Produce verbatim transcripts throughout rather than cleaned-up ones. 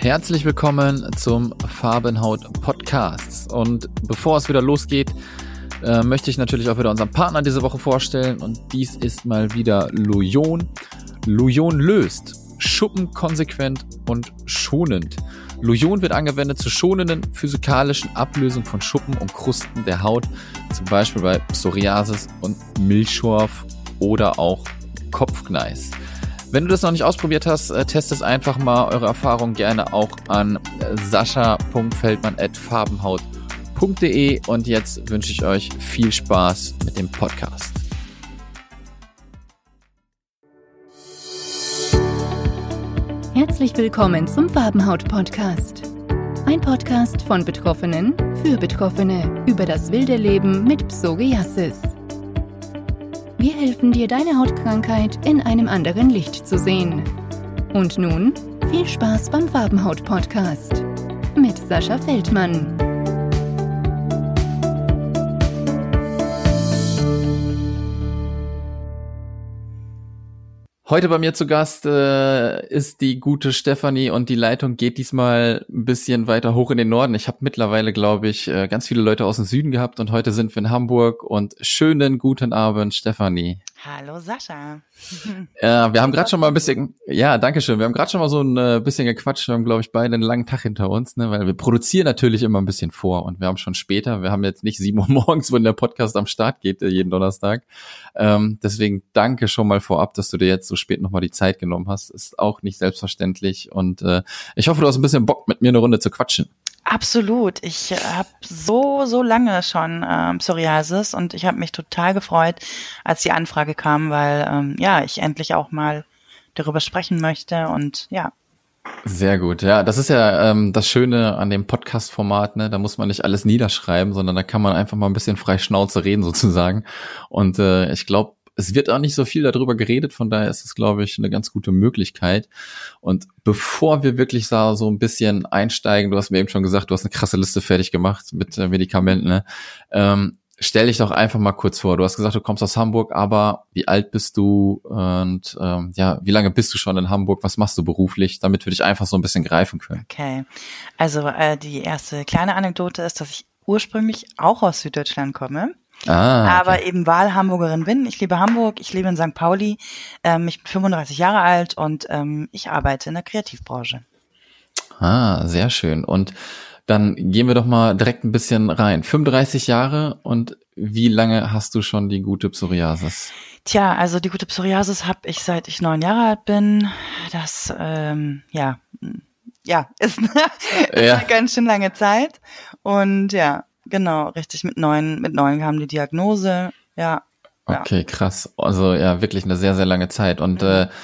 Herzlich willkommen zum Farbenhaut Podcast. Und bevor es wieder losgeht, äh, möchte ich natürlich auch wieder unseren Partner diese Woche vorstellen. Und dies ist mal wieder Lujon. Lujon löst Schuppen konsequent und schonend. Lujon wird angewendet zur schonenden physikalischen Ablösung von Schuppen und Krusten der Haut, zum Beispiel bei Psoriasis und Milchschorf oder auch Kopfkneis. Wenn du das noch nicht ausprobiert hast, test es einfach mal. Eure Erfahrung gerne auch an sascha punkt feldmann at farbenhaut punkt de. Und jetzt wünsche ich euch viel Spaß mit dem Podcast. Herzlich willkommen zum Farbenhaut-Podcast. Ein Podcast von Betroffenen für Betroffene über das wilde Leben mit Psoriasis. Wir helfen dir, deine Hautkrankheit in einem anderen Licht zu sehen. Und nun viel Spaß beim Farbenhaut-Podcast mit Sascha Feldmann. Heute bei mir zu Gast äh, ist die gute Stefanie und die Leitung geht diesmal ein bisschen weiter hoch in den Norden. Ich habe mittlerweile, glaube ich, äh, ganz viele Leute aus dem Süden gehabt und heute sind wir in Hamburg und schönen guten Abend, Stefanie. Hallo Sascha. Ja, wir haben gerade schon mal ein bisschen, ja, danke schön. Wir haben gerade schon mal so ein äh, bisschen gequatscht. Wir haben, glaube ich, beide einen langen Tag hinter uns, ne, weil wir produzieren natürlich immer ein bisschen vor und wir haben schon später, wir haben jetzt nicht sieben Uhr morgens, wenn der Podcast am Start geht, äh, jeden Donnerstag. Ähm, deswegen danke schon mal vorab, dass du dir jetzt so spät nochmal die Zeit genommen hast. Ist auch nicht selbstverständlich und äh, ich hoffe, du hast ein bisschen Bock, mit mir eine Runde zu quatschen. Absolut. Ich habe so, so lange schon ähm, Psoriasis und ich habe mich total gefreut, als die Anfrage kam, weil ähm, ja, ich endlich auch mal darüber sprechen möchte und ja. Sehr gut, ja, das ist ja ähm, das Schöne an dem Podcast-Format, ne? Da muss man nicht alles niederschreiben, sondern da kann man einfach mal ein bisschen frei Schnauze reden sozusagen und äh, ich glaube, es wird auch nicht so viel darüber geredet, von daher ist es, glaube ich, eine ganz gute Möglichkeit. Und bevor wir wirklich so, so ein bisschen einsteigen, du hast mir eben schon gesagt, du hast eine krasse Liste fertig gemacht mit äh, Medikamenten, ne? Ähm, stell dich doch einfach mal kurz vor. Du hast gesagt, du kommst aus Hamburg, aber wie alt bist du und ähm, ja, wie lange bist du schon in Hamburg? Was machst du beruflich, damit wir dich einfach so ein bisschen greifen können? Okay, also äh, die erste kleine Anekdote ist, dass ich ursprünglich auch aus Süddeutschland komme. Ah, okay. Aber eben Wahlhamburgerin bin. Ich liebe Hamburg, ich lebe in Sankt Pauli. Ähm, ich bin fünfunddreißig Jahre alt und ähm, ich arbeite in der Kreativbranche. Ah, sehr schön. Und dann gehen wir doch mal direkt ein bisschen rein. fünfunddreißig Jahre und wie lange hast du schon die gute Psoriasis? Tja, also die gute Psoriasis habe ich seit ich neun Jahre alt bin. Das, ähm, ja, ja, ist, ist Ja. eine ganz schön lange Zeit. Und ja, genau, richtig, mit neun, mit neun kam die Diagnose, ja. Okay, krass. Also ja, wirklich eine sehr, sehr lange Zeit. Und mhm. äh,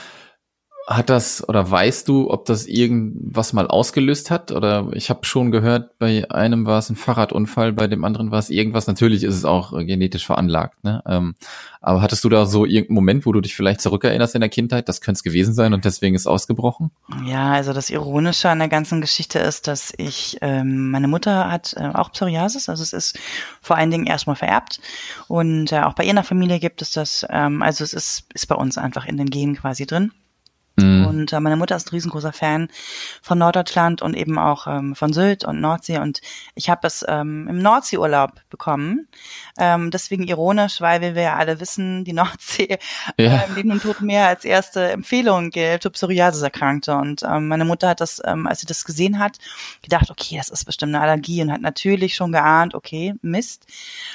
hat das oder weißt du, ob das irgendwas mal ausgelöst hat? Oder ich habe schon gehört, bei einem war es ein Fahrradunfall, bei dem anderen war es irgendwas. Natürlich ist es auch äh, genetisch veranlagt, ne? Ähm, aber hattest du da so irgendeinen Moment, wo du dich vielleicht zurückerinnerst in der Kindheit? Das könnte es gewesen sein und deswegen ist ausgebrochen? Ja, also das Ironische an der ganzen Geschichte ist, dass ich, ähm, meine Mutter hat äh, auch Psoriasis, also es ist vor allen Dingen erstmal vererbt und äh, auch bei ihr in der Familie gibt es das, ähm, also es ist, ist bei uns einfach in den Genen quasi drin. Mhm. Und äh, meine Mutter ist ein riesengroßer Fan von Norddeutschland und eben auch ähm, von Sylt und Nordsee und ich habe es ähm, im Nordseeurlaub bekommen. Ähm, deswegen ironisch, weil wir, wir ja alle wissen, die Nordsee ja. ähm, Leben im Toten Meer als erste Empfehlung gilt für Psoriasis-Erkrankte. Und ähm, meine Mutter hat das, ähm, als sie das gesehen hat, gedacht, okay, das ist bestimmt eine Allergie und hat natürlich schon geahnt, okay, Mist.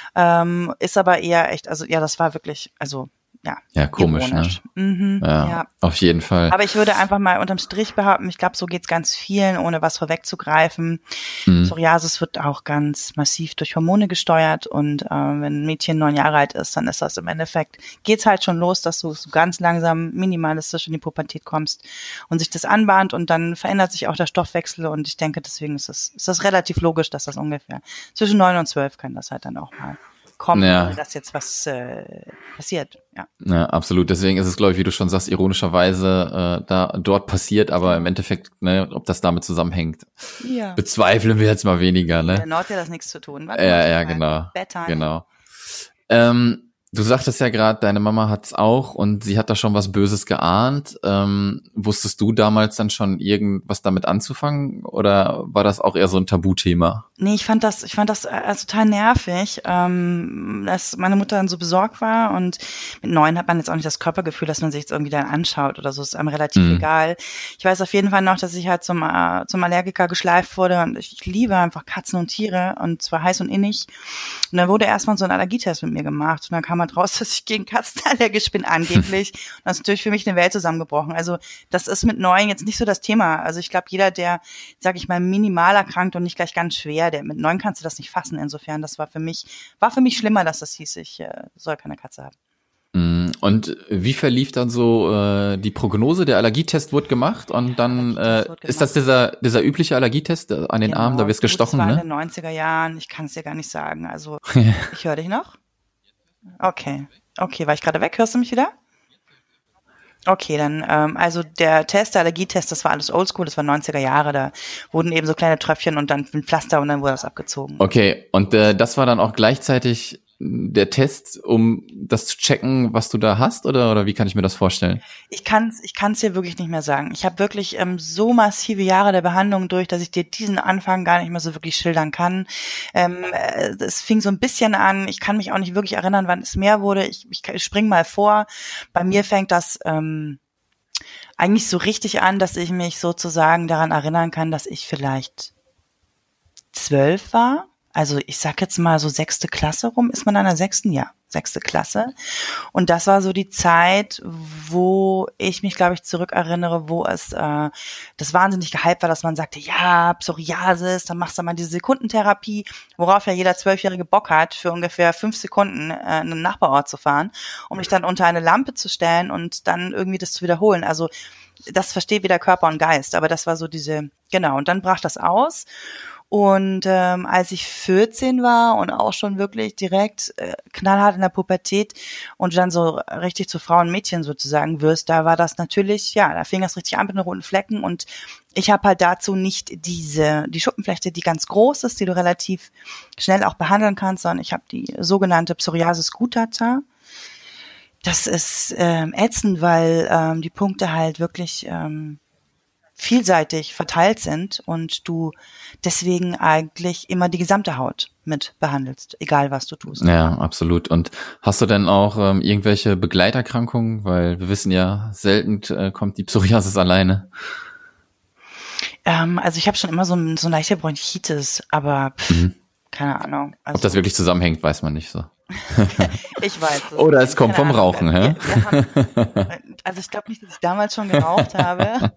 Ähm, ist aber eher echt, also ja, das war wirklich, also Ja, ja, komisch, ironisch. Ne? Mhm, ja, ja, auf jeden Fall. Aber ich würde einfach mal unterm Strich behaupten, ich glaube, so geht's ganz vielen, ohne was vorwegzugreifen. Mhm. Psoriasis wird auch ganz massiv durch Hormone gesteuert und äh, wenn ein Mädchen neun Jahre alt ist, dann ist das im Endeffekt, geht's halt schon los, dass du so ganz langsam minimalistisch in die Pubertät kommst und sich das anbahnt und dann verändert sich auch der Stoffwechsel und ich denke, deswegen ist das, ist das relativ logisch, dass das ungefähr zwischen neun und zwölf kann das halt dann auch mal kommen, ja. ohne dass jetzt was äh, passiert. Ja. ja, absolut. Deswegen ist es, glaube ich, wie du schon sagst, ironischerweise äh, da dort passiert, aber im Endeffekt, ne, ob das damit zusammenhängt, ja. bezweifeln wir jetzt mal weniger. Ne? Der Nordsee hat das nichts zu tun. Warte, ja, ja, genau. Genau. Ähm, Du sagtest ja gerade, deine Mama hat's auch und sie hat da schon was Böses geahnt. Ähm, wusstest du damals dann schon irgendwas damit anzufangen oder war das auch eher so ein Tabuthema? Nee, ich fand das, ich fand das äh, total nervig, ähm, dass meine Mutter dann so besorgt war und mit neun hat man jetzt auch nicht das Körpergefühl, dass man sich jetzt irgendwie dann anschaut oder so, ist einem relativ mhm. egal. Ich weiß auf jeden Fall noch, dass ich halt zum, äh, zum Allergiker geschleift wurde und ich, ich liebe einfach Katzen und Tiere und zwar heiß und innig. Und dann wurde erstmal so ein Allergietest mit mir gemacht und dann kam halt raus, dass ich gegen Katzen allergisch bin angeblich. Und das ist natürlich für mich eine Welt zusammengebrochen. Also das ist mit neun jetzt nicht so das Thema. Also ich glaube, jeder, der, sag ich mal, minimal erkrankt und nicht gleich ganz schwer, der mit neun kannst du das nicht fassen. Insofern, das war für mich, war für mich schlimmer, dass das hieß, ich äh, soll keine Katze haben. Und wie verlief dann so äh, die Prognose? Der Allergietest wurde gemacht und dann äh, gemacht. Ist das dieser dieser übliche Allergietest an den genau, Armen, da wirst gestochen, das war ne? in den neunziger Jahren, ich kann es dir gar nicht sagen. Also, ich höre dich noch? Okay, okay, war ich gerade weg? Hörst du mich wieder? Okay, dann, ähm, also der Test, der Allergietest, das war alles oldschool, das war neunziger Jahre, da wurden eben so kleine Tröpfchen und dann ein Pflaster und dann wurde das abgezogen. Okay, und äh, das war dann auch gleichzeitig der Test, um das zu checken, was du da hast, oder oder wie kann ich mir das vorstellen? Ich kann's, ich kann's dir wirklich nicht mehr sagen. Ich habe wirklich ähm, so massive Jahre der Behandlung durch, dass ich dir diesen Anfang gar nicht mehr so wirklich schildern kann. Ähm, äh, es fing so ein bisschen an. Ich kann mich auch nicht wirklich erinnern, wann es mehr wurde. Ich, ich spring mal vor. Bei mir fängt das ähm, eigentlich so richtig an, dass ich mich sozusagen daran erinnern kann, dass ich vielleicht zwölf war. Also ich sag jetzt mal so sechste Klasse rum, ist man in der sechsten? Ja, sechste Klasse. Und das war so die Zeit, wo ich mich, glaube ich, zurückerinnere, wo es äh, das wahnsinnig gehypt war, dass man sagte, ja, Psoriasis, dann machst du mal diese Sekundentherapie, worauf ja jeder Zwölfjährige Bock hat, für ungefähr fünf Sekunden äh, in einen Nachbarort zu fahren, um mich dann unter eine Lampe zu stellen und dann irgendwie das zu wiederholen. Also das versteht weder Körper und Geist, aber das war so diese, genau, und dann brach das aus. Und ähm, als ich vierzehn war und auch schon wirklich direkt äh, knallhart in der Pubertät und dann so richtig zu Frau und Mädchen sozusagen wirst, da war das natürlich, ja, da fing das richtig an mit den roten Flecken und ich habe halt dazu nicht diese, die Schuppenflechte, die ganz groß ist, die du relativ schnell auch behandeln kannst, sondern ich habe die sogenannte Psoriasis gutata. Das ist ähm, ätzend, weil ähm, die Punkte halt wirklich ähm, vielseitig verteilt sind und du deswegen eigentlich immer die gesamte Haut mit behandelst, egal was du tust. Ja, absolut. Und hast du denn auch ähm, irgendwelche Begleiterkrankungen? Weil wir wissen ja, selten äh, kommt die Psoriasis alleine. Ähm, also ich habe schon immer so, so eine leichte Bronchitis, aber pff, mhm. keine Ahnung. Also, ob das wirklich zusammenhängt, weiß man nicht so. Ich weiß es. Oder es kommt vom Ahnung. Rauchen, hä? Wir, wir haben, also ich glaube nicht, dass ich damals schon geraucht habe.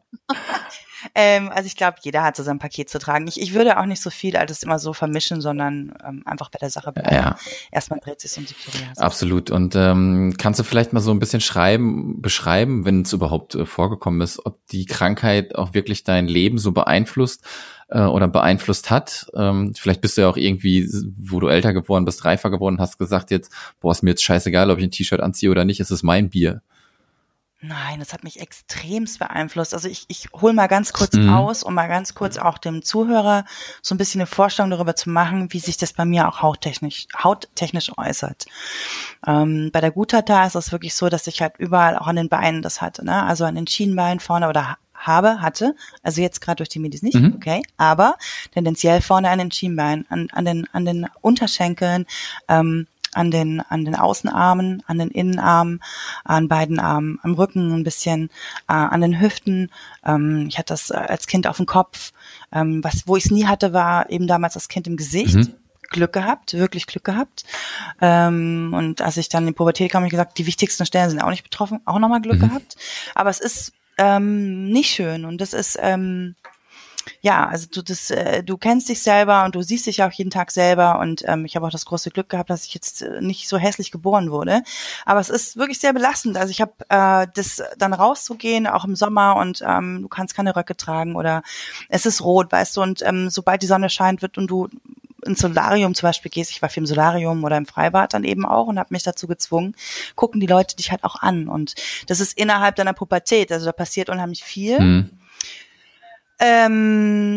ähm, also ich glaube, jeder hat so sein Paket zu tragen. Ich, ich würde auch nicht so viel alles immer so vermischen, sondern ähm, einfach bei der Sache bleiben. Ja. Erstmal dreht sich um die Psoriasis. Absolut. Und ähm, kannst du vielleicht mal so ein bisschen schreiben, beschreiben, wenn es überhaupt äh, vorgekommen ist, ob die Krankheit auch wirklich dein Leben so beeinflusst oder beeinflusst hat. Ähm, vielleicht bist du ja auch irgendwie, wo du älter geworden bist, reifer geworden, hast gesagt jetzt, boah, ist mir jetzt scheißegal, ob ich ein T-Shirt anziehe oder nicht, es ist mein Bier. Nein, das hat mich extremst beeinflusst. Also ich, ich hole mal ganz kurz mhm. aus, um mal ganz kurz auch dem Zuhörer so ein bisschen eine Vorstellung darüber zu machen, wie sich das bei mir auch hauttechnisch, hauttechnisch äußert. Ähm, bei der Gutata ist es wirklich so, dass ich halt überall auch an den Beinen das hatte, ne? Also an den Schienbeinen vorne oder habe, hatte, also jetzt gerade durch die Medis nicht, mhm. okay, aber tendenziell vorne an den Schienbeinen, an, an den an den Unterschenkeln, ähm, an den an den Außenarmen, an den Innenarmen, an beiden Armen, am Rücken ein bisschen, äh, an den Hüften. Ähm, ich hatte das als Kind auf dem Kopf. Ähm, was, wo ich es nie hatte, war eben damals das Kind im Gesicht. Mhm. Glück gehabt, wirklich Glück gehabt. Ähm, und als ich dann in die Pubertät kam, habe ich gesagt, die wichtigsten Stellen sind auch nicht betroffen, auch nochmal Glück mhm. gehabt. Aber es ist ähm, nicht schön und das ist ähm, ja, also du das, äh, du kennst dich selber und du siehst dich auch jeden Tag selber und ähm, ich habe auch das große Glück gehabt, dass ich jetzt äh, nicht so hässlich geboren wurde. Aber es ist wirklich sehr belastend. Also ich habe äh, das dann rauszugehen, auch im Sommer und ähm, du kannst keine Röcke tragen oder es ist rot, weißt du, und ähm, sobald die Sonne scheint wird und du ins Solarium zum Beispiel gehst, ich war viel im Solarium oder im Freibad dann eben auch und habe mich dazu gezwungen, gucken die Leute dich halt auch an und das ist innerhalb deiner Pubertät, also da passiert unheimlich viel. Mhm. Ähm,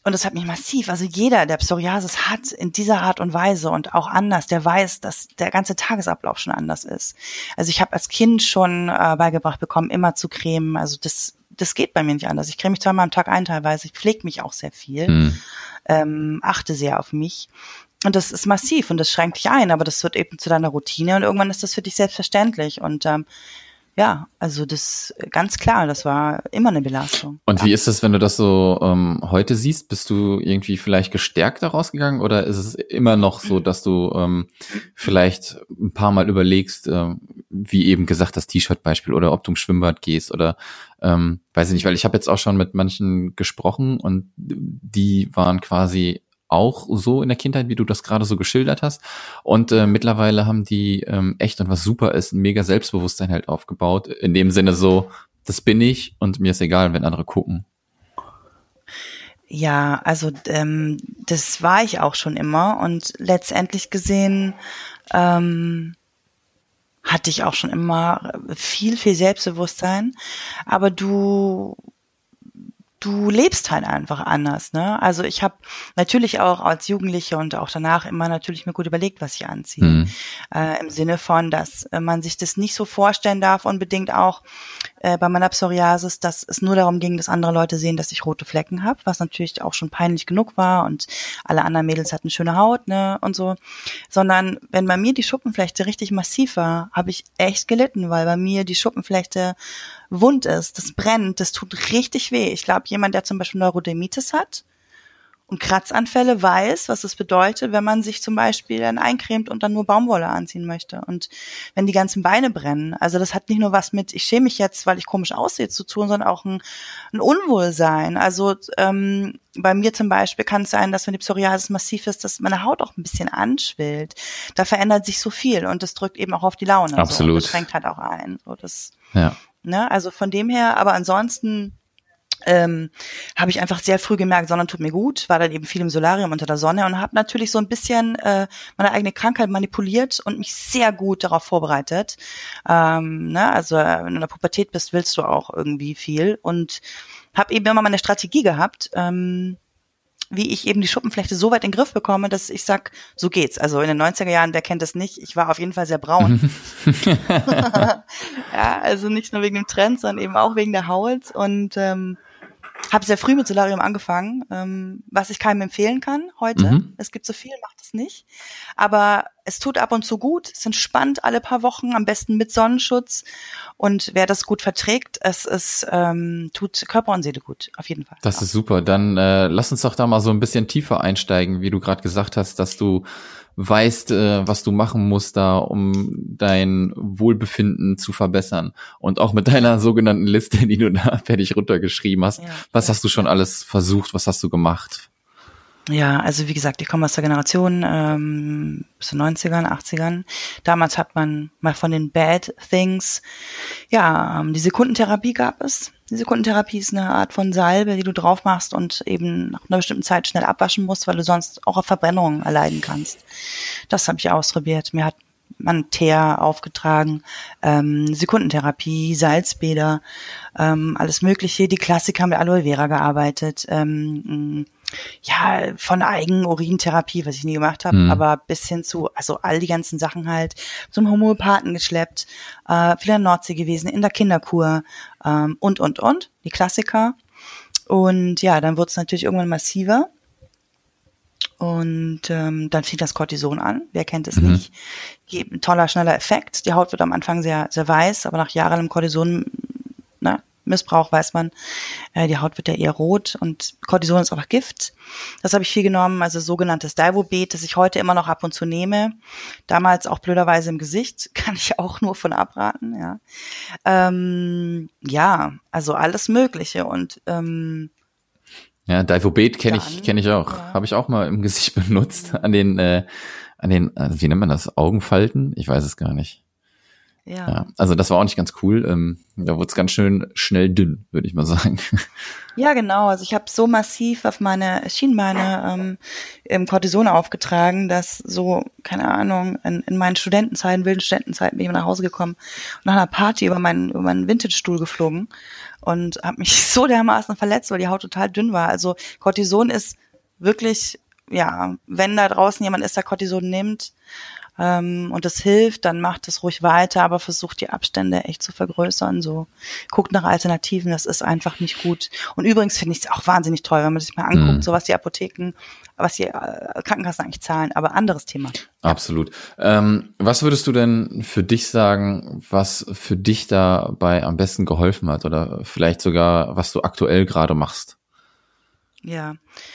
und das hat mich massiv, also jeder, der Psoriasis hat, in dieser Art und Weise und auch anders, der weiß, dass der ganze Tagesablauf schon anders ist. Also ich habe als Kind schon äh, beigebracht bekommen, immer zu cremen. Also das das geht bei mir nicht anders. Ich creme mich zweimal am Tag ein teilweise. Ich pflege mich auch sehr viel, mhm. ähm, achte sehr auf mich. Und das ist massiv und das schränkt dich ein, aber das wird eben zu deiner Routine und irgendwann ist das für dich selbstverständlich. Und ähm, ja, also das ganz klar, das war immer eine Belastung. Und ja. Wie ist es, wenn du das so ähm, heute siehst? Bist du irgendwie vielleicht gestärkt daraus gegangen oder ist es immer noch so, dass du ähm, vielleicht ein paar Mal überlegst, ähm, wie eben gesagt das T-Shirt-Beispiel oder ob du im Schwimmbad gehst oder ähm, weiß ich nicht, weil ich habe jetzt auch schon mit manchen gesprochen und die waren quasi auch so in der Kindheit, wie du das gerade so geschildert hast. Und äh, mittlerweile haben die ähm, echt, und was super ist, ein mega Selbstbewusstsein halt aufgebaut. In dem Sinne so, das bin ich und mir ist egal, wenn andere gucken. Ja, also ähm, das war ich auch schon immer. Und letztendlich gesehen ähm, hatte ich auch schon immer viel, viel Selbstbewusstsein. Aber du... Du lebst halt einfach anders, ne? Also ich habe natürlich auch als Jugendliche und auch danach immer natürlich mir gut überlegt, was ich anziehe. Mhm. Äh, im Sinne von, dass äh, man sich das nicht so vorstellen darf, unbedingt auch äh, bei meiner Psoriasis, dass es nur darum ging, dass andere Leute sehen, dass ich rote Flecken habe, was natürlich auch schon peinlich genug war und alle anderen Mädels hatten schöne Haut, ne, und so. Sondern wenn bei mir die Schuppenflechte richtig massiv war, habe ich echt gelitten, weil bei mir die Schuppenflechte wund ist, das brennt, das tut richtig weh. Ich glaube, jemand, der zum Beispiel Neurodermitis hat und Kratzanfälle, weiß, was es bedeutet, wenn man sich zum Beispiel dann eincremt und dann nur Baumwolle anziehen möchte. Und wenn die ganzen Beine brennen, also das hat nicht nur was mit, ich schäme mich jetzt, weil ich komisch aussehe, zu tun, sondern auch ein, ein Unwohlsein. Also ähm, bei mir zum Beispiel kann es sein, dass wenn die Psoriasis massiv ist, dass meine Haut auch ein bisschen anschwillt. Da verändert sich so viel und das drückt eben auch auf die Laune. Absolut. So. Das schränkt halt auch ein. So, das, ja. Ne, also von dem her, aber ansonsten ähm, habe ich einfach sehr früh gemerkt, Sonne tut mir gut, war dann eben viel im Solarium unter der Sonne und habe natürlich so ein bisschen äh, meine eigene Krankheit manipuliert und mich sehr gut darauf vorbereitet. Ähm, ne, also wenn du in der Pubertät bist, willst du auch irgendwie viel und habe eben immer meine Strategie gehabt, ähm, wie ich eben die Schuppenflechte so weit in den Griff bekomme, dass ich sag, so geht's. Also in den neunziger Jahren, wer kennt das nicht, ich war auf jeden Fall sehr braun. Ja, also nicht nur wegen dem Trend, sondern eben auch wegen der Haut und ähm, habe sehr früh mit Solarium angefangen, ähm, was ich keinem empfehlen kann heute. Mhm. Es gibt so viel, macht es nicht. Aber es tut ab und zu gut, es entspannt alle paar Wochen, am besten mit Sonnenschutz. Und wer das gut verträgt, es ist, ähm, tut Körper und Seele gut, auf jeden Fall. Das ja. ist super. Dann äh, lass uns doch da mal so ein bisschen tiefer einsteigen, wie du gerade gesagt hast, dass du weißt, äh, was du machen musst da, um dein Wohlbefinden zu verbessern. Und auch mit deiner sogenannten Liste, die du da fertig runtergeschrieben hast. Ja, was ja. hast du schon alles versucht? Was hast du gemacht? Ja, also wie gesagt, ich komme aus der Generation ähm, aus den neunzigern, achtzigern. Damals hat man mal von den Bad Things, ja, die Sekundentherapie gab es. Die Sekundentherapie ist eine Art von Salbe, die du drauf machst und eben nach einer bestimmten Zeit schnell abwaschen musst, weil du sonst auch auf Verbrennungen erleiden kannst. Das habe ich ausprobiert. Mir hat man Teer aufgetragen, ähm, Sekundentherapie, Salzbäder, ähm, alles Mögliche. Die Klassiker mit Aloe Vera gearbeitet. Ähm, ja, von Eigenurintherapie, was ich nie gemacht habe, mhm. aber bis hin zu, also all die ganzen Sachen halt, zum Homöopathen geschleppt, äh, viel in der Nordsee gewesen, in der Kinderkur ähm, und, und, und, die Klassiker. Und ja, dann wurde es natürlich irgendwann massiver. Und ähm, dann fing das Cortison an. Wer kennt es mhm. nicht? Ein toller, schneller Effekt. Die Haut wird am Anfang sehr, sehr weiß, aber nach jahrelangem Cortison, na, Missbrauch weiß man, äh, die Haut wird ja eher rot und Cortison ist auch Gift. Das habe ich viel genommen, also sogenanntes Divobet, das ich heute immer noch ab und zu nehme. Damals auch blöderweise im Gesicht, kann ich auch nur von abraten. Ja, ähm, ja, also alles Mögliche und ähm, ja, Divobet kenne ich, kenne ich auch. Ja. Habe ich auch mal im Gesicht benutzt. An den, äh, an den, also wie nennt man das? Augenfalten? Ich weiß es gar nicht. Ja. ja. Also das war auch nicht ganz cool. Ähm, da wurde es ganz schön schnell dünn, würde ich mal sagen. Ja, genau. Also ich habe so massiv auf meine Schienbeine ähm, im Cortison aufgetragen, dass so, keine Ahnung, in, in meinen Studentenzeiten, wilden Studentenzeiten bin ich nach Hause gekommen und nach einer Party über meinen, über meinen Vintage-Stuhl geflogen und habe mich so dermaßen verletzt, weil die Haut total dünn war. Also Cortison ist wirklich, ja, wenn da draußen jemand ist, der Cortison nimmt, Ähm, und das hilft, dann macht es ruhig weiter, aber versucht die Abstände echt zu vergrößern. So guckt nach Alternativen, das ist einfach nicht gut. Und übrigens finde ich es auch wahnsinnig teuer, wenn man sich mal anguckt, mhm. so was die Apotheken, was die äh, Krankenkassen eigentlich zahlen. Aber anderes Thema. Absolut. Ähm, was würdest du denn für dich sagen, was für dich dabei am besten geholfen hat oder vielleicht sogar, was du aktuell gerade machst? Ja.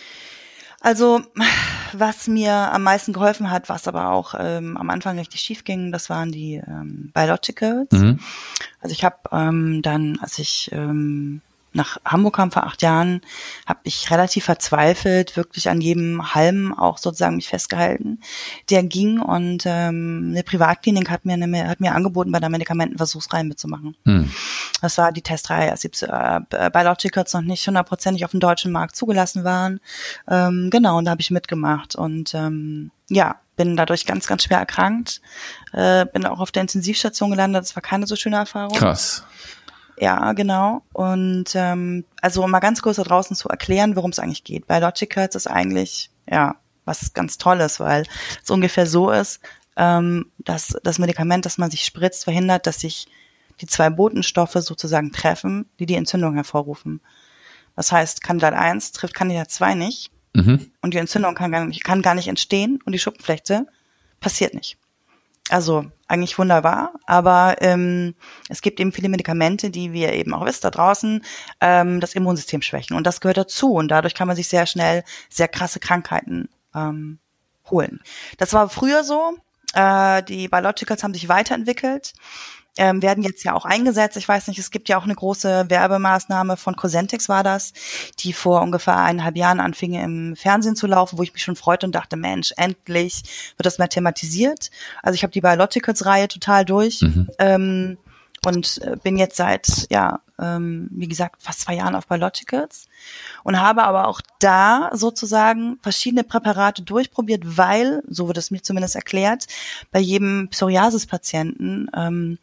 Also, was mir am meisten geholfen hat, was aber auch ähm, am Anfang richtig schief ging, das waren die ähm, Biologicals. Mhm. Also ich habe ähm, dann, als ich ähm, nach Hamburg kam vor acht Jahren, habe ich relativ verzweifelt, wirklich an jedem Halm auch sozusagen mich festgehalten, der ging. Und ähm, eine Privatklinik hat mir eine, hat mir angeboten, bei der Medikamentenversuchsreihe mitzumachen. Hm. Das war die Testreihe, als die äh, Biologicals noch nicht hundertprozentig auf dem deutschen Markt zugelassen waren. Ähm, genau, und da habe ich mitgemacht. Und ähm, ja, bin dadurch ganz, ganz schwer erkrankt. Äh, bin auch auf der Intensivstation gelandet. Das war keine so schöne Erfahrung. Krass. Ja, genau. Und ähm, also um mal ganz kurz da draußen zu erklären, worum es eigentlich geht. Biologicals ist eigentlich, ja, was ganz Tolles, weil es ungefähr so ist, ähm, dass das Medikament, das man sich spritzt, verhindert, dass sich die zwei Botenstoffe sozusagen treffen, die die Entzündung hervorrufen. Das heißt, Kandidat eins trifft Kandidat zwei nicht mhm. und die Entzündung kann gar nicht, kann gar nicht entstehen und die Schuppenflechte passiert nicht. Also eigentlich wunderbar, aber ähm, es gibt eben viele Medikamente, die, wie ihr eben auch wisst, da draußen ähm, das Immunsystem schwächen. Und das gehört dazu. Und dadurch kann man sich sehr schnell sehr krasse Krankheiten ähm, holen. Das war früher so. Äh, die Biologicals haben sich weiterentwickelt. Ähm, werden jetzt ja auch eingesetzt. Ich weiß nicht, es gibt ja auch eine große Werbemaßnahme von Cosentyx war das, die vor ungefähr eineinhalb Jahren anfing im Fernsehen zu laufen, wo ich mich schon freute und dachte, Mensch, endlich wird das mal thematisiert. Also ich habe die Biologicals-Reihe total durch mhm. ähm, und bin jetzt seit, ja, ähm, wie gesagt, fast zwei Jahren auf Biologicals und habe aber auch da sozusagen verschiedene Präparate durchprobiert, weil, so wird es mir zumindest erklärt, bei jedem Psoriasis-Patienten ähm,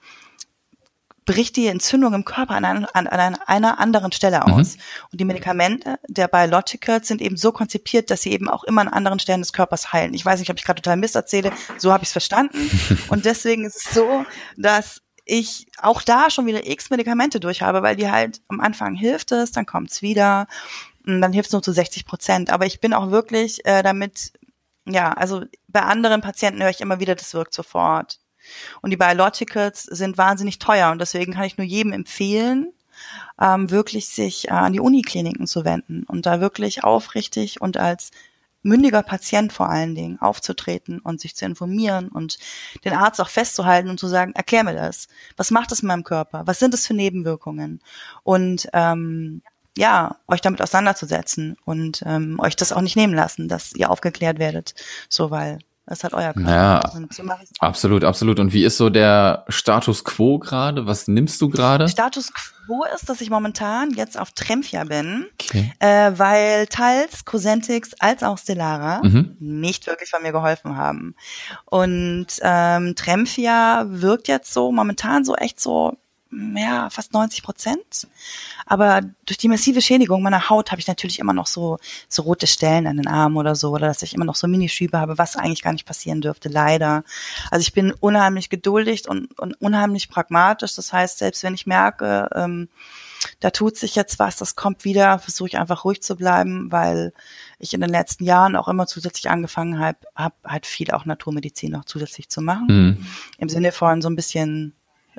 bricht die Entzündung im Körper an, ein, an, an einer anderen Stelle aus. Mhm. Und die Medikamente der Biologicals sind eben so konzipiert, dass sie eben auch immer an anderen Stellen des Körpers heilen. Ich weiß nicht, ob ich gerade total Mist erzähle, so habe ich es verstanden. Und deswegen ist es so, dass ich auch da schon wieder x Medikamente durch habe, weil die halt am Anfang hilft es, dann kommt es wieder und dann hilft es nur zu sechzig Prozent. Aber ich bin auch wirklich äh, damit, ja, also bei anderen Patienten höre ich immer wieder, das wirkt sofort. Und die Biologicals sind wahnsinnig teuer und deswegen kann ich nur jedem empfehlen, ähm, wirklich sich äh, an die Unikliniken zu wenden und da wirklich aufrichtig und als mündiger Patient vor allen Dingen aufzutreten und sich zu informieren und den Arzt auch festzuhalten und zu sagen, erklär mir das. Was macht das in meinem Körper? Was sind das für Nebenwirkungen? Und ähm, ja, euch damit auseinanderzusetzen und ähm, euch das auch nicht nehmen lassen, dass ihr aufgeklärt werdet. So, weil das hat euer Körper. Ja, so absolut, absolut. Und wie ist so der Status Quo gerade? Was nimmst du gerade? Status Quo ist, dass ich momentan jetzt auf Tremfya bin, okay. äh, weil teils Cosentyx als auch Stelara mhm. nicht wirklich von mir geholfen haben. Und ähm, Tremfya wirkt jetzt so momentan so echt so, ja, fast neunzig Prozent. Aber durch die massive Schädigung meiner Haut habe ich natürlich immer noch so so rote Stellen an den Armen oder so, oder dass ich immer noch so Minischübe habe, was eigentlich gar nicht passieren dürfte, leider. Also ich bin unheimlich geduldig und, und unheimlich pragmatisch. Das heißt, selbst wenn ich merke, ähm, da tut sich jetzt was, das kommt wieder, versuche ich einfach ruhig zu bleiben, weil ich in den letzten Jahren auch immer zusätzlich angefangen habe, hab halt viel auch Naturmedizin noch zusätzlich zu machen. Mhm. Im Sinne von so ein bisschen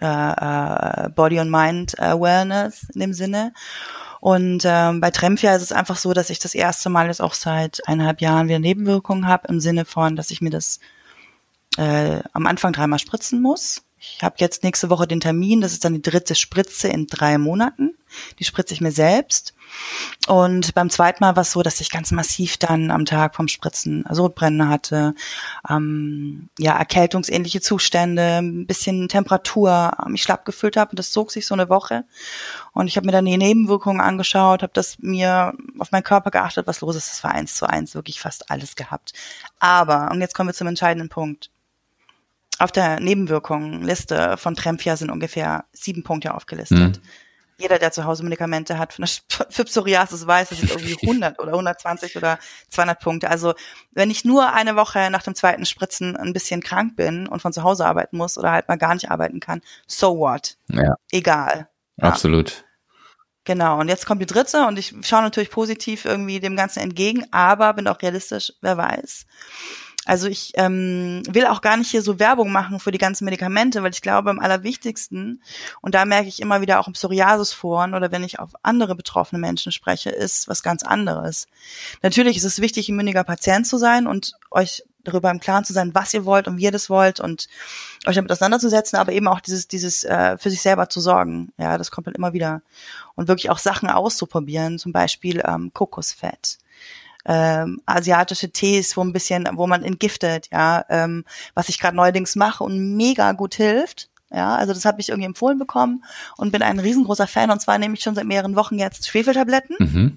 Uh, Body and Mind uh, Wellness in dem Sinne. Und ähm, bei Tremfya ist es einfach so, dass ich das erste Mal jetzt auch seit eineinhalb Jahren wieder Nebenwirkungen habe, im Sinne von, dass ich mir das äh, am Anfang dreimal spritzen muss. Ich habe jetzt nächste Woche den Termin, das ist dann die dritte Spritze in drei Monaten. Die spritze ich mir selbst. Und beim zweiten Mal war es so, dass ich ganz massiv dann am Tag vom Spritzen Sodbrennen hatte, ähm, ja, erkältungsähnliche Zustände, ein bisschen Temperatur, mich schlapp gefühlt habe und das zog sich so eine Woche. Und ich habe mir dann die Nebenwirkungen angeschaut, habe das mir auf meinen Körper geachtet, was los ist. Das war eins zu eins wirklich fast alles gehabt. Aber, und jetzt kommen wir zum entscheidenden Punkt. Auf der Nebenwirkungenliste von Tremfya sind ungefähr sieben Punkte aufgelistet. Mhm. Jeder, der zu Hause Medikamente hat für, für Psoriasis, weiß, das sind irgendwie hundert oder hundertzwanzig oder zweihundert Punkte. Also wenn ich nur eine Woche nach dem zweiten Spritzen ein bisschen krank bin und von zu Hause arbeiten muss oder halt mal gar nicht arbeiten kann, so what? Ja. Egal. Ja. Absolut. Genau, und jetzt kommt die dritte und ich schaue natürlich positiv irgendwie dem Ganzen entgegen, aber bin auch realistisch, wer weiß. Also ich ähm, will auch gar nicht hier so Werbung machen für die ganzen Medikamente, weil ich glaube, am allerwichtigsten, und da merke ich immer wieder auch im Psoriasis-Foren oder wenn ich auf andere betroffene Menschen spreche, ist was ganz anderes. Natürlich ist es wichtig, ein mündiger Patient zu sein und euch darüber im Klaren zu sein, was ihr wollt und wie ihr das wollt und euch damit auseinanderzusetzen, aber eben auch dieses dieses äh, für sich selber zu sorgen. Ja, das kommt halt immer wieder. Und wirklich auch Sachen auszuprobieren, zum Beispiel ähm, Kokosfett. Ähm, asiatische Tees, wo ein bisschen, wo man entgiftet, ja, ähm, was ich gerade neuerdings mache und mega gut hilft, ja, also das habe ich irgendwie empfohlen bekommen und bin ein riesengroßer Fan und zwar nehme ich schon seit mehreren Wochen jetzt Schwefeltabletten. Mhm.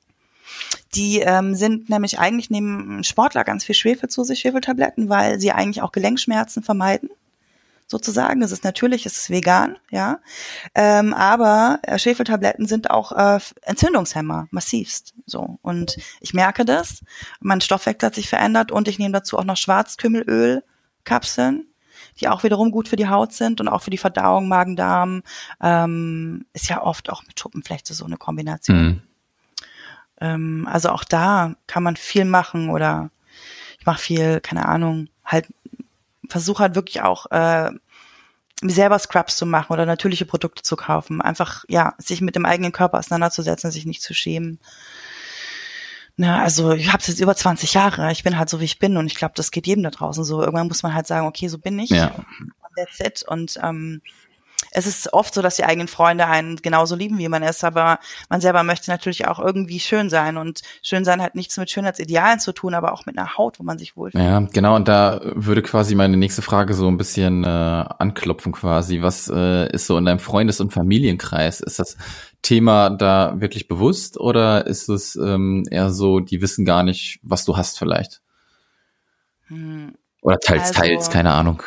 Die ähm, sind nämlich eigentlich, nehmen Sportler ganz viel Schwefel zu sich, Schwefeltabletten, weil sie eigentlich auch Gelenkschmerzen vermeiden. Sozusagen, es ist natürlich, es ist vegan, ja, ähm, aber äh, Schwefeltabletten sind auch äh, Entzündungshemmer, massivst, so, und ich merke das, mein Stoffwechsel hat sich verändert und ich nehme dazu auch noch Schwarzkümmelöl-Kapseln, die auch wiederum gut für die Haut sind und auch für die Verdauung, Magen-Darm, ähm, ist ja oft auch mit Schuppenflechte so eine Kombination. Mhm. Ähm, also auch da kann man viel machen oder ich mache viel, keine Ahnung, halt versuche halt wirklich auch äh, mir selber Scrubs zu machen oder natürliche Produkte zu kaufen. Einfach, ja, sich mit dem eigenen Körper auseinanderzusetzen, sich nicht zu schämen. Na, also ich habe es jetzt über zwanzig Jahre. Ich bin halt so, wie ich bin und ich glaube, das geht jedem da draußen so. Irgendwann muss man halt sagen, okay, so bin ich. Ja. Und that's it. Und ähm, es ist oft so, dass die eigenen Freunde einen genauso lieben, wie man ist, aber man selber möchte natürlich auch irgendwie schön sein und schön sein hat nichts mit Schönheitsidealen zu tun, aber auch mit einer Haut, wo man sich wohlfühlt. Ja, genau, und da würde quasi meine nächste Frage so ein bisschen äh, anklopfen quasi. Was äh, ist so in deinem Freundes- und Familienkreis? Ist das Thema da wirklich bewusst oder ist es ähm, eher so, die wissen gar nicht, was du hast vielleicht? Hm. Oder teils, also, teils, keine Ahnung.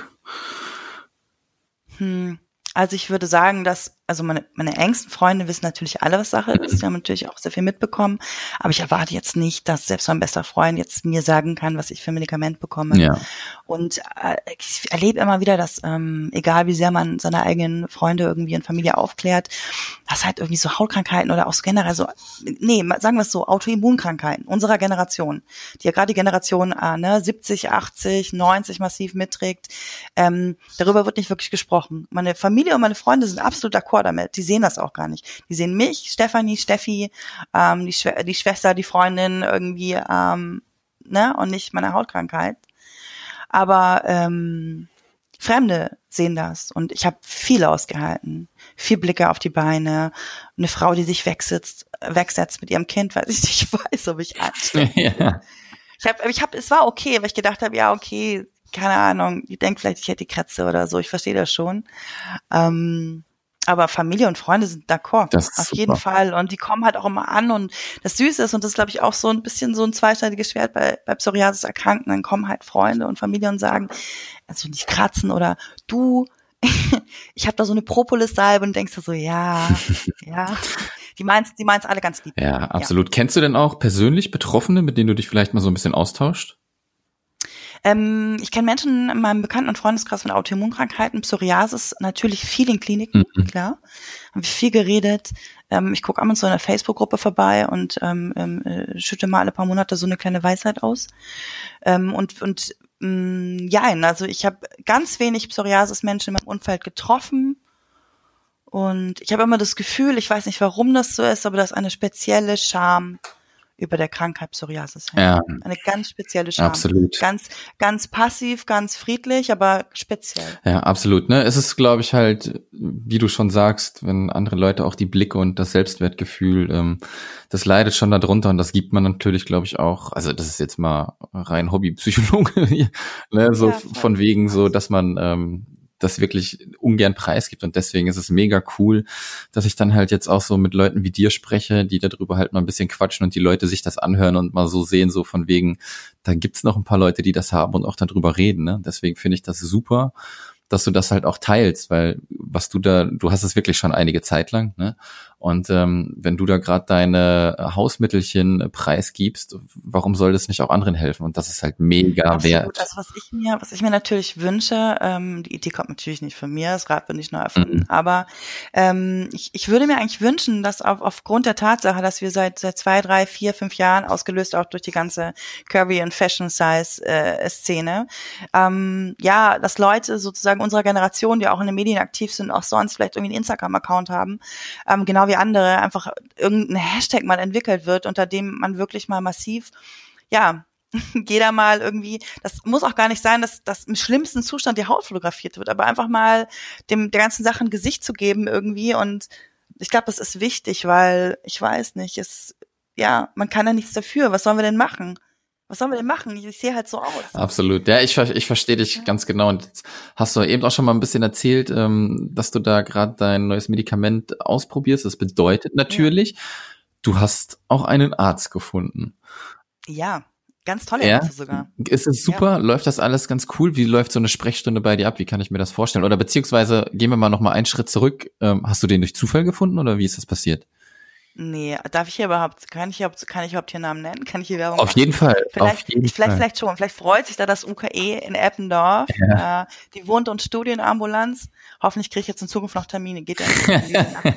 Hm. Also ich würde sagen, dass, also meine, meine engsten Freunde wissen natürlich alle, was Sache ist. Die haben natürlich auch sehr viel mitbekommen. Aber ich erwarte jetzt nicht, dass selbst mein bester Freund jetzt mir sagen kann, was ich für ein Medikament bekomme. Ja. Und äh, ich erlebe immer wieder, dass, ähm, egal wie sehr man seine eigenen Freunde irgendwie in Familie aufklärt, dass halt irgendwie so Hautkrankheiten oder auch so generell so, nee, sagen wir es so, Autoimmunkrankheiten unserer Generation, die ja gerade die Generation äh, ne, siebzig, achtzig, neunzig massiv mitträgt, ähm, darüber wird nicht wirklich gesprochen. Meine Familie und meine Freunde sind absolut d'accord damit. Die sehen das auch gar nicht. Die sehen mich, Stefanie, Steffi, ähm, die, Schw- die Schwester, die Freundin irgendwie, ähm, ne, und nicht meine Hautkrankheit. Aber ähm, Fremde sehen das und ich habe viel ausgehalten. Viel Blicke auf die Beine. Eine Frau, die sich wegsetzt, wegsetzt mit ihrem Kind, weil ich nicht weiß, ob ich anstehe. Ja. Ich habe, ich habe, es war okay, weil ich gedacht habe, ja okay, keine Ahnung, ich denke vielleicht, ich hätte die Kratze oder so, ich verstehe das schon. Ähm, aber Familie und Freunde sind d'accord, auf super. Jeden Fall. Und die kommen halt auch immer an und das Süße ist, und das ist, glaube ich, auch so ein bisschen so ein zweischneidiges Schwert bei, bei Psoriasis-Erkrankten, dann kommen halt Freunde und Familie und sagen, also nicht kratzen oder du, ich habe da so eine Propolis-Salbe und denkst du so, ja, ja. Die meint's, die meint's alle ganz lieb. Ja, absolut. Ja. Kennst du denn auch persönlich Betroffene, mit denen du dich vielleicht mal so ein bisschen austauscht? Ähm, ich kenne Menschen in meinem Bekannten- und Freundeskreis mit Autoimmunkrankheiten, Psoriasis, natürlich viel in Kliniken, mhm. klar. Haben wir viel geredet. Ähm, ich gucke ab und zu in einer Facebook-Gruppe vorbei und ähm, äh, schütte mal alle paar Monate so eine kleine Weisheit aus. Ähm, und und mh, ja, also ich habe ganz wenig Psoriasis-Menschen in meinem Umfeld getroffen. Und ich habe immer das Gefühl, ich weiß nicht, warum das so ist, aber dass eine spezielle Scham über der Krankheit Psoriasis Ja. hängt. Eine ganz spezielle Scham. Absolut. Ganz, ganz passiv, ganz friedlich, aber speziell. Ja, absolut. Ne, es ist, glaube ich, halt, wie du schon sagst, wenn andere Leute auch die Blicke und das Selbstwertgefühl, ähm, das leidet schon darunter und das gibt man natürlich, glaube ich, auch. Also das ist jetzt mal rein Hobbypsychologe, ne, so Ja, voll. von wegen so, dass man ähm, das wirklich ungern preisgibt und deswegen ist es mega cool, dass ich dann halt jetzt auch so mit Leuten wie dir spreche, die darüber halt mal ein bisschen quatschen und die Leute sich das anhören und mal so sehen, so von wegen, da gibt's noch ein paar Leute, die das haben und auch darüber reden, ne? Deswegen finde ich das super, dass du das halt auch teilst, weil was du da, du hast es wirklich schon einige Zeit lang, ne? Und ähm, wenn du da gerade deine Hausmittelchen preisgibst, warum soll das nicht auch anderen helfen? Und das ist halt mega Absolut. wert. Das, was ich mir, was ich mir natürlich wünsche, ähm, die Idee kommt natürlich nicht von mir, das Rad wird nicht neu erfunden, Mhm. aber ähm, ich, ich würde mir eigentlich wünschen, dass auf, aufgrund der Tatsache, dass wir seit seit zwei, drei, vier, fünf Jahren, ausgelöst auch durch die ganze Curvy und Fashion Size äh, Szene, ähm, ja, dass Leute sozusagen unserer Generation, die auch in den Medien aktiv sind, auch sonst vielleicht irgendwie einen Instagram-Account haben, ähm, genau wie andere, einfach irgendein Hashtag mal entwickelt wird, unter dem man wirklich mal massiv, ja, jeder mal irgendwie, das muss auch gar nicht sein, dass, dass im schlimmsten Zustand die Haut fotografiert wird, aber einfach mal dem der ganzen Sache ein Gesicht zu geben irgendwie und ich glaube, das ist wichtig, weil ich weiß nicht, es, ja, man kann ja nichts dafür, was sollen wir denn machen? Was sollen wir denn machen? Ich, ich sehe halt so aus. Absolut. Ja, ich, ich verstehe dich ja. ganz genau. Und jetzt hast du eben auch schon mal ein bisschen erzählt, ähm, dass du da gerade dein neues Medikament ausprobierst. Das bedeutet natürlich, ja. du hast auch einen Arzt gefunden. Ja, ganz tolle ja? Ärzte sogar. Ist es super? Ja. Läuft das alles ganz cool? Wie läuft so eine Sprechstunde bei dir ab? Wie kann ich mir das vorstellen? Oder beziehungsweise gehen wir mal noch mal einen Schritt zurück. Ähm, hast du den durch Zufall gefunden oder wie ist das passiert? Nee, darf ich hier überhaupt, kann ich überhaupt, kann ich überhaupt hier Namen nennen? Kann ich hier Werbung Auf machen? jeden Fall. Vielleicht, auf jeden ich, vielleicht, Fall. vielleicht schon. Vielleicht freut sich da das U K E in Eppendorf. Ja. Äh, die Wohnt- und Studienambulanz. Hoffentlich kriege ich jetzt in Zukunft noch Termine. Geht ja nicht.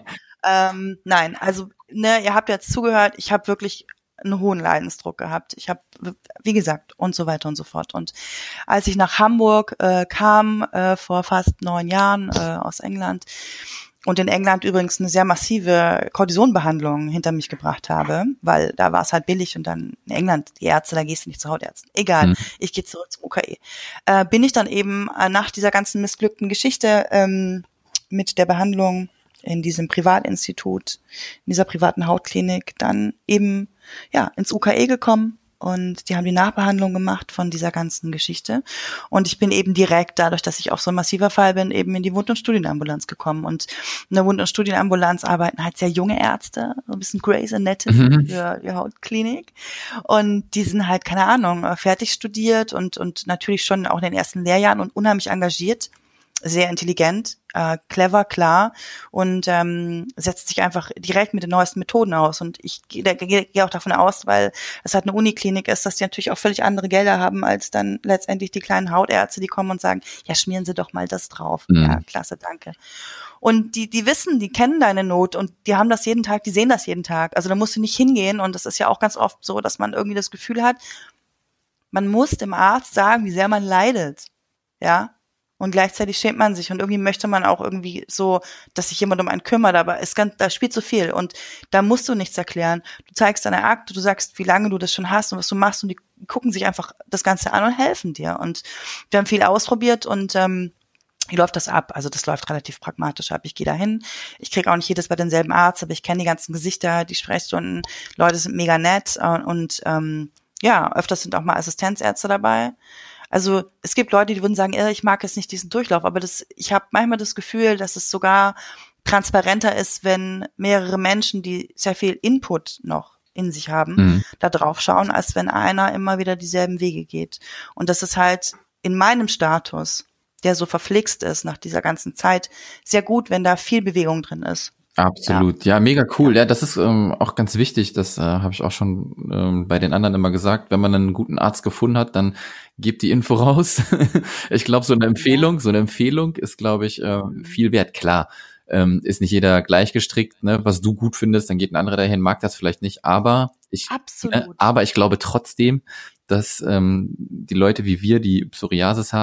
ähm, nein, also, ne, ihr habt jetzt zugehört. Ich habe wirklich einen hohen Leidensdruck gehabt. Ich habe, wie gesagt, und so weiter und so fort. Und als ich nach Hamburg äh, kam, äh, vor fast neun Jahren äh, aus England, und in England übrigens eine sehr massive Kortisonbehandlung hinter mich gebracht habe, weil da war es halt billig und dann in England, die Ärzte, da gehst du nicht zu Hautärzten. Egal, mhm. ich gehe zurück zum U K E. Äh, bin ich dann eben äh, nach dieser ganzen missglückten Geschichte ähm, mit der Behandlung in diesem Privatinstitut, in dieser privaten Hautklinik, dann eben ja ins U K E gekommen. Und die haben die Nachbehandlung gemacht von dieser ganzen Geschichte. Und ich bin eben direkt, dadurch, dass ich auch so ein massiver Fall bin, eben in die Wund- und Studienambulanz gekommen. Und in der Wund- und Studienambulanz arbeiten halt sehr junge Ärzte, so ein bisschen Grey's Anatomy mhm. für die Hautklinik. Und die sind halt, keine Ahnung, fertig studiert und, und natürlich schon auch in den ersten Lehrjahren und unheimlich engagiert. Sehr intelligent, äh, clever, klar und ähm, setzt sich einfach direkt mit den neuesten Methoden aus. Und ich gehe geh, geh auch davon aus, weil es halt eine Uniklinik ist, dass die natürlich auch völlig andere Gelder haben als dann letztendlich die kleinen Hautärzte, die kommen und sagen, ja, schmieren Sie doch mal das drauf. Mhm. Ja, klasse, danke. Und die die wissen, die kennen deine Not und die haben das jeden Tag, die sehen das jeden Tag. Also da musst du nicht hingehen und das ist ja auch ganz oft so, dass man irgendwie das Gefühl hat, man muss dem Arzt sagen, wie sehr man leidet. Ja, und gleichzeitig schämt man sich und irgendwie möchte man auch irgendwie so, dass sich jemand um einen kümmert, aber es kann, da spielt so viel und da musst du nichts erklären. Du zeigst deine Akte, du sagst, wie lange du das schon hast und was du machst und die gucken sich einfach das Ganze an und helfen dir. Und wir haben viel ausprobiert und ähm, wie läuft das ab? Also das läuft relativ pragmatisch ab. Ich gehe da hin, ich kriege auch nicht jedes Mal denselben Arzt, aber ich kenne die ganzen Gesichter, die Sprechstunden, Leute sind mega nett und, und ähm, ja, öfters sind auch mal Assistenzärzte dabei. Also es gibt Leute, die würden sagen, ich mag jetzt nicht diesen Durchlauf, aber das, ich habe manchmal das Gefühl, dass es sogar transparenter ist, wenn mehrere Menschen, die sehr viel Input noch in sich haben, mhm. da drauf schauen, als wenn einer immer wieder dieselben Wege geht. Und das ist halt in meinem Status, der so verflixt ist nach dieser ganzen Zeit, sehr gut, wenn da viel Bewegung drin ist. Absolut, ja, ja mega cool. Ja, das ist ähm, auch ganz wichtig, das äh, habe ich auch schon ähm, bei den anderen immer gesagt, wenn man einen guten Arzt gefunden hat, dann gebt die Info raus. Ich glaube, so eine Empfehlung, ja. so eine Empfehlung ist, glaube ich, äh, viel wert. Klar, ähm, ist nicht jeder gleich gestrickt, ne? Was du gut findest, dann geht ein anderer dahin, mag das vielleicht nicht, aber ich, Absolut. Ne, aber ich glaube trotzdem, dass ähm, die Leute wie wir, die Psoriasis haben,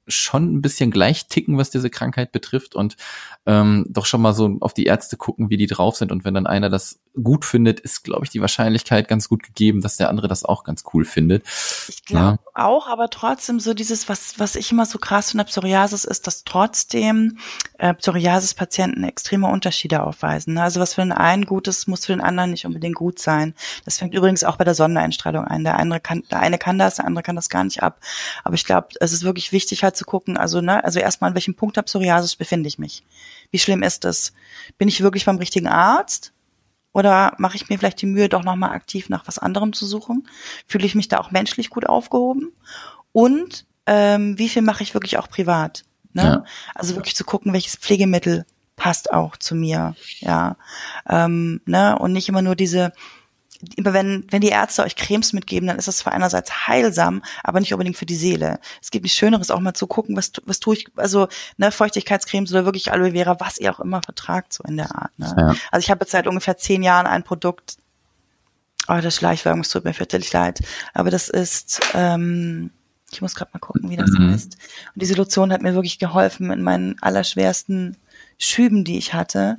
schon ein bisschen gleich ticken, was diese Krankheit betrifft und ähm, doch schon mal so auf die Ärzte gucken, wie die drauf sind. Und wenn dann einer das gut findet, ist, glaube ich, die Wahrscheinlichkeit ganz gut gegeben, dass der andere das auch ganz cool findet. Ich glaube ja. auch, aber trotzdem so dieses, was was ich immer so krass finde, Psoriasis ist, dass trotzdem äh, Psoriasis-Patienten extreme Unterschiede aufweisen. Also was für den einen gut ist, muss für den anderen nicht unbedingt gut sein. Das fängt übrigens auch bei der Sonneneinstrahlung an. Der andere kann, der eine kann das, der andere kann das gar nicht ab. Aber ich glaube, es ist wirklich wichtig halt zu gucken, also ne, also erstmal an welchem Punkt der Psoriasis befinde ich mich. Wie schlimm ist es? Bin ich wirklich beim richtigen Arzt? Oder mache ich mir vielleicht die Mühe, doch nochmal aktiv nach was anderem zu suchen? Fühle ich mich da auch menschlich gut aufgehoben? Und ähm, wie viel mache ich wirklich auch privat? Ne? Ja. Also wirklich zu gucken, welches Pflegemittel passt auch zu mir, ja, ähm, ne, und nicht immer nur diese, immer wenn wenn die Ärzte euch Cremes mitgeben, dann ist das zwar einerseits heilsam, aber nicht unbedingt für die Seele. Es gibt nichts Schöneres, auch mal zu gucken, was was tue ich, also ne, Feuchtigkeitscremes oder wirklich Aloe Vera, was ihr auch immer vertragt, so in der Art. Ne? Ja. Also ich habe jetzt seit ungefähr zehn Jahren ein Produkt, oh, das Schleichwerbung, es tut mir fürchterlich leid, aber das ist, ähm, ich muss gerade mal gucken, wie das mhm. heißt. Und diese Lotion hat mir wirklich geholfen in meinen allerschwersten Schüben, die ich hatte.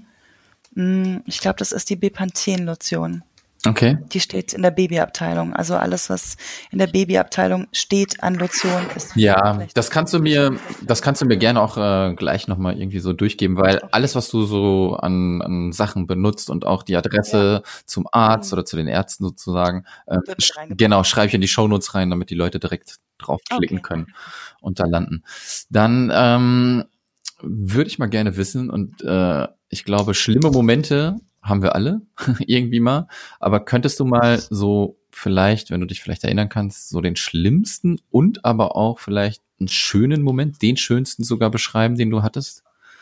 Ich glaube, das ist die Bepanthen-Lotion. Okay. Die steht in der Babyabteilung. Also alles, was in der Babyabteilung steht an Lotion, ist. Ja, das kannst du mir, das kannst du mir gerne auch äh, gleich nochmal irgendwie so durchgeben, weil okay. alles, was du so an, an Sachen benutzt und auch die Adresse ja. zum Arzt mhm. oder zu den Ärzten sozusagen, äh, sch- genau, schreibe ich in die Shownotes rein, damit die Leute direkt draufklicken okay. können und da landen. Dann ähm, würde ich mal gerne wissen und äh, ich glaube, schlimme Momente haben wir alle irgendwie mal, aber könntest du mal so vielleicht, wenn du dich vielleicht erinnern kannst, so den schlimmsten und aber auch vielleicht einen schönen Moment, den schönsten sogar beschreiben, den du hattest?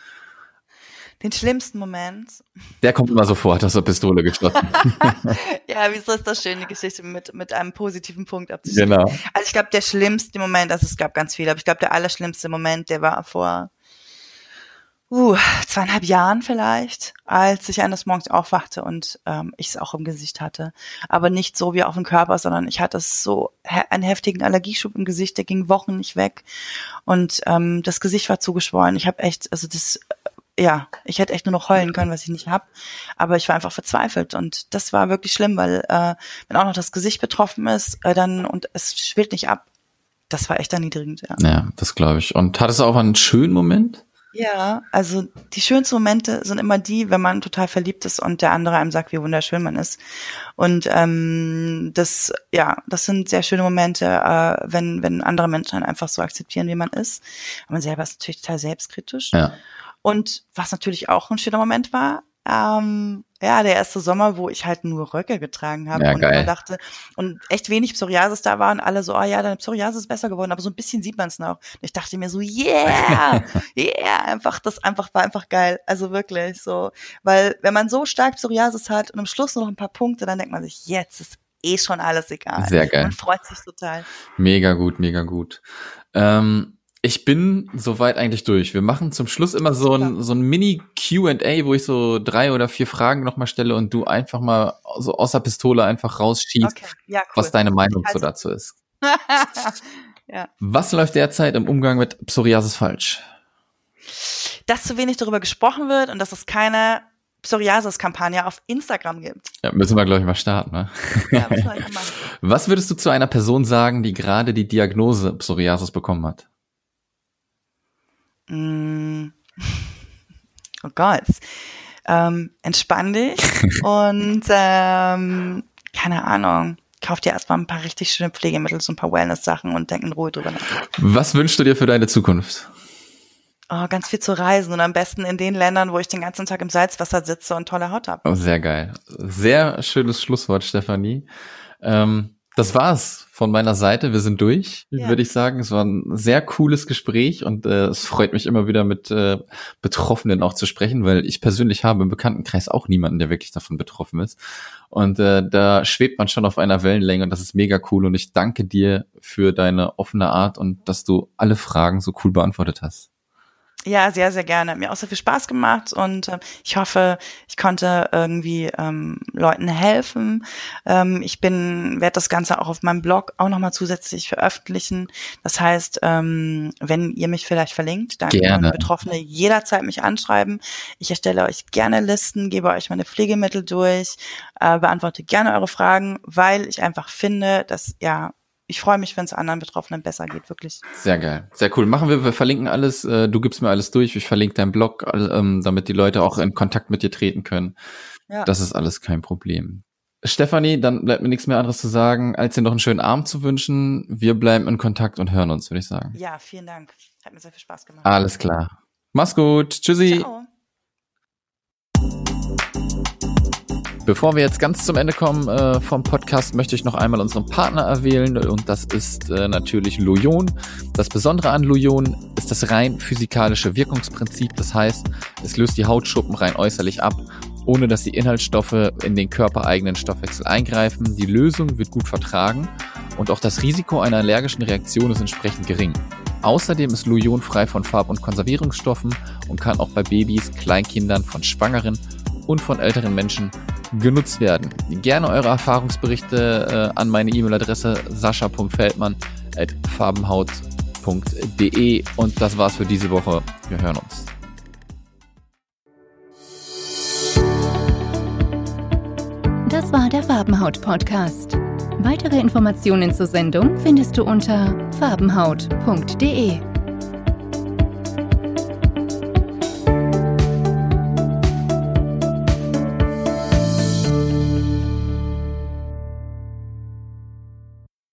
Den schlimmsten Moment? Der kommt immer sofort aus der Pistole geschossen. Ja, wieso ist das schön, die Geschichte mit mit einem positiven Punkt abzuschließen? Genau. Also ich glaube, der schlimmste Moment, also es gab ganz viele, aber ich glaube, der allerschlimmste Moment, der war vor Uh, zweieinhalb Jahren vielleicht, als ich eines Morgens aufwachte und ähm, ich es auch im Gesicht hatte. Aber nicht so wie auf dem Körper, sondern ich hatte so he- einen heftigen Allergieschub im Gesicht, der ging Wochen nicht weg. Und ähm, das Gesicht war zugeschwollen. Ich habe echt, also das, äh, ja, ich hätte echt nur noch heulen können, was ich nicht hab. Aber ich war einfach verzweifelt und das war wirklich schlimm, weil äh, wenn auch noch das Gesicht betroffen ist, äh, dann und es schwillt nicht ab. Das war echt erniedrigend, ja. Ja, das glaube ich. Und hattest du auch einen schönen Moment? Ja, also die schönsten Momente sind immer die, wenn man total verliebt ist und der andere einem sagt, wie wunderschön man ist. Und ähm, das, ja, das sind sehr schöne Momente, äh, wenn wenn andere Menschen einen einfach so akzeptieren, wie man ist. Aber man selber ist natürlich total selbstkritisch. Ja. Und was natürlich auch ein schöner Moment war, ähm, ja, der erste Sommer, wo ich halt nur Röcke getragen habe ja, und geil. man dachte, und echt wenig Psoriasis da waren, alle so, oh ja, deine Psoriasis ist besser geworden, aber so ein bisschen sieht man es noch. Und ich dachte mir so, yeah, yeah, einfach, das einfach war einfach geil, also wirklich so, weil wenn man so stark Psoriasis hat und am Schluss noch ein paar Punkte, dann denkt man sich, jetzt ist eh schon alles egal. Sehr geil. Man freut sich total. Mega gut, mega gut. Ähm, Ich bin soweit eigentlich durch. Wir machen zum Schluss immer so ein, so ein Mini-Q and A, wo ich so drei oder vier Fragen nochmal stelle und du einfach mal so aus der Pistole einfach rausschießt, Okay. Ja, cool. was deine Meinung Also- so dazu ist. Ja. Was läuft derzeit im Umgang mit Psoriasis falsch? Dass zu wenig darüber gesprochen wird und dass es keine Psoriasis-Kampagne auf Instagram gibt. Ja, müssen wir, glaube ich, mal starten, ne? Ja, müssen wir einfach machen. Was würdest du zu einer Person sagen, die gerade die Diagnose Psoriasis bekommen hat? Mm. Oh Gott. Ähm, entspann dich und ähm, keine Ahnung, kauf dir erstmal ein paar richtig schöne Pflegemittel, so ein paar Wellness-Sachen und denk in Ruhe drüber nach. Was wünschst du dir für deine Zukunft? Oh, ganz viel zu reisen und am besten in den Ländern, wo ich den ganzen Tag im Salzwasser sitze und tolle Haut habe. Oh, sehr geil. Sehr schönes Schlusswort, Stefanie. Ähm, das war's von meiner Seite. Wir sind durch, Ja. würde ich sagen. Es war ein sehr cooles Gespräch und äh, es freut mich immer wieder mit äh, Betroffenen auch zu sprechen, weil ich persönlich habe im Bekanntenkreis auch niemanden, der wirklich davon betroffen ist. Und äh, da schwebt man schon auf einer Wellenlänge und das ist mega cool. Und ich danke dir für deine offene Art und dass du alle Fragen so cool beantwortet hast. Ja, sehr, sehr gerne. Hat mir auch sehr viel Spaß gemacht und äh, ich hoffe, ich konnte irgendwie ähm, Leuten helfen. Ähm, ich bin, werde das Ganze auch auf meinem Blog auch nochmal zusätzlich veröffentlichen. Das heißt, ähm, wenn ihr mich vielleicht verlinkt, dann können Betroffene jederzeit mich anschreiben. Ich erstelle euch gerne Listen, gebe euch meine Pflegemittel durch, äh, beantworte gerne eure Fragen, weil ich einfach finde, dass ja ich freue mich, wenn es anderen Betroffenen besser geht, wirklich. Sehr geil, sehr cool. Machen wir, wir verlinken alles, du gibst mir alles durch, ich verlinke deinen Blog, damit die Leute auch in Kontakt mit dir treten können. Ja. Das ist alles kein Problem. Stefanie, dann bleibt mir nichts mehr anderes zu sagen, als dir noch einen schönen Abend zu wünschen. Wir bleiben in Kontakt und hören uns, würde ich sagen. Ja, vielen Dank. Hat mir sehr viel Spaß gemacht. Alles klar. Mach's gut. Tschüssi. Ciao. Bevor wir jetzt ganz zum Ende kommen äh, vom Podcast, möchte ich noch einmal unseren Partner erwähnen und das ist äh, natürlich Lujon. Das Besondere an Lujon ist das rein physikalische Wirkungsprinzip. Das heißt, es löst die Hautschuppen rein äußerlich ab, ohne dass die Inhaltsstoffe in den körpereigenen Stoffwechsel eingreifen. Die Lösung wird gut vertragen und auch das Risiko einer allergischen Reaktion ist entsprechend gering. Außerdem ist Lujon frei von Farb- und Konservierungsstoffen und kann auch bei Babys, Kleinkindern, von Schwangeren und von älteren Menschen genutzt werden. Gerne eure Erfahrungsberichte äh, an meine E-Mail-Adresse sascha punkt feldmann at farbenhaut punkt de und das war's für diese Woche. Wir hören uns. Das war der Farbenhaut-Podcast. Weitere Informationen zur Sendung findest du unter farbenhaut punkt de.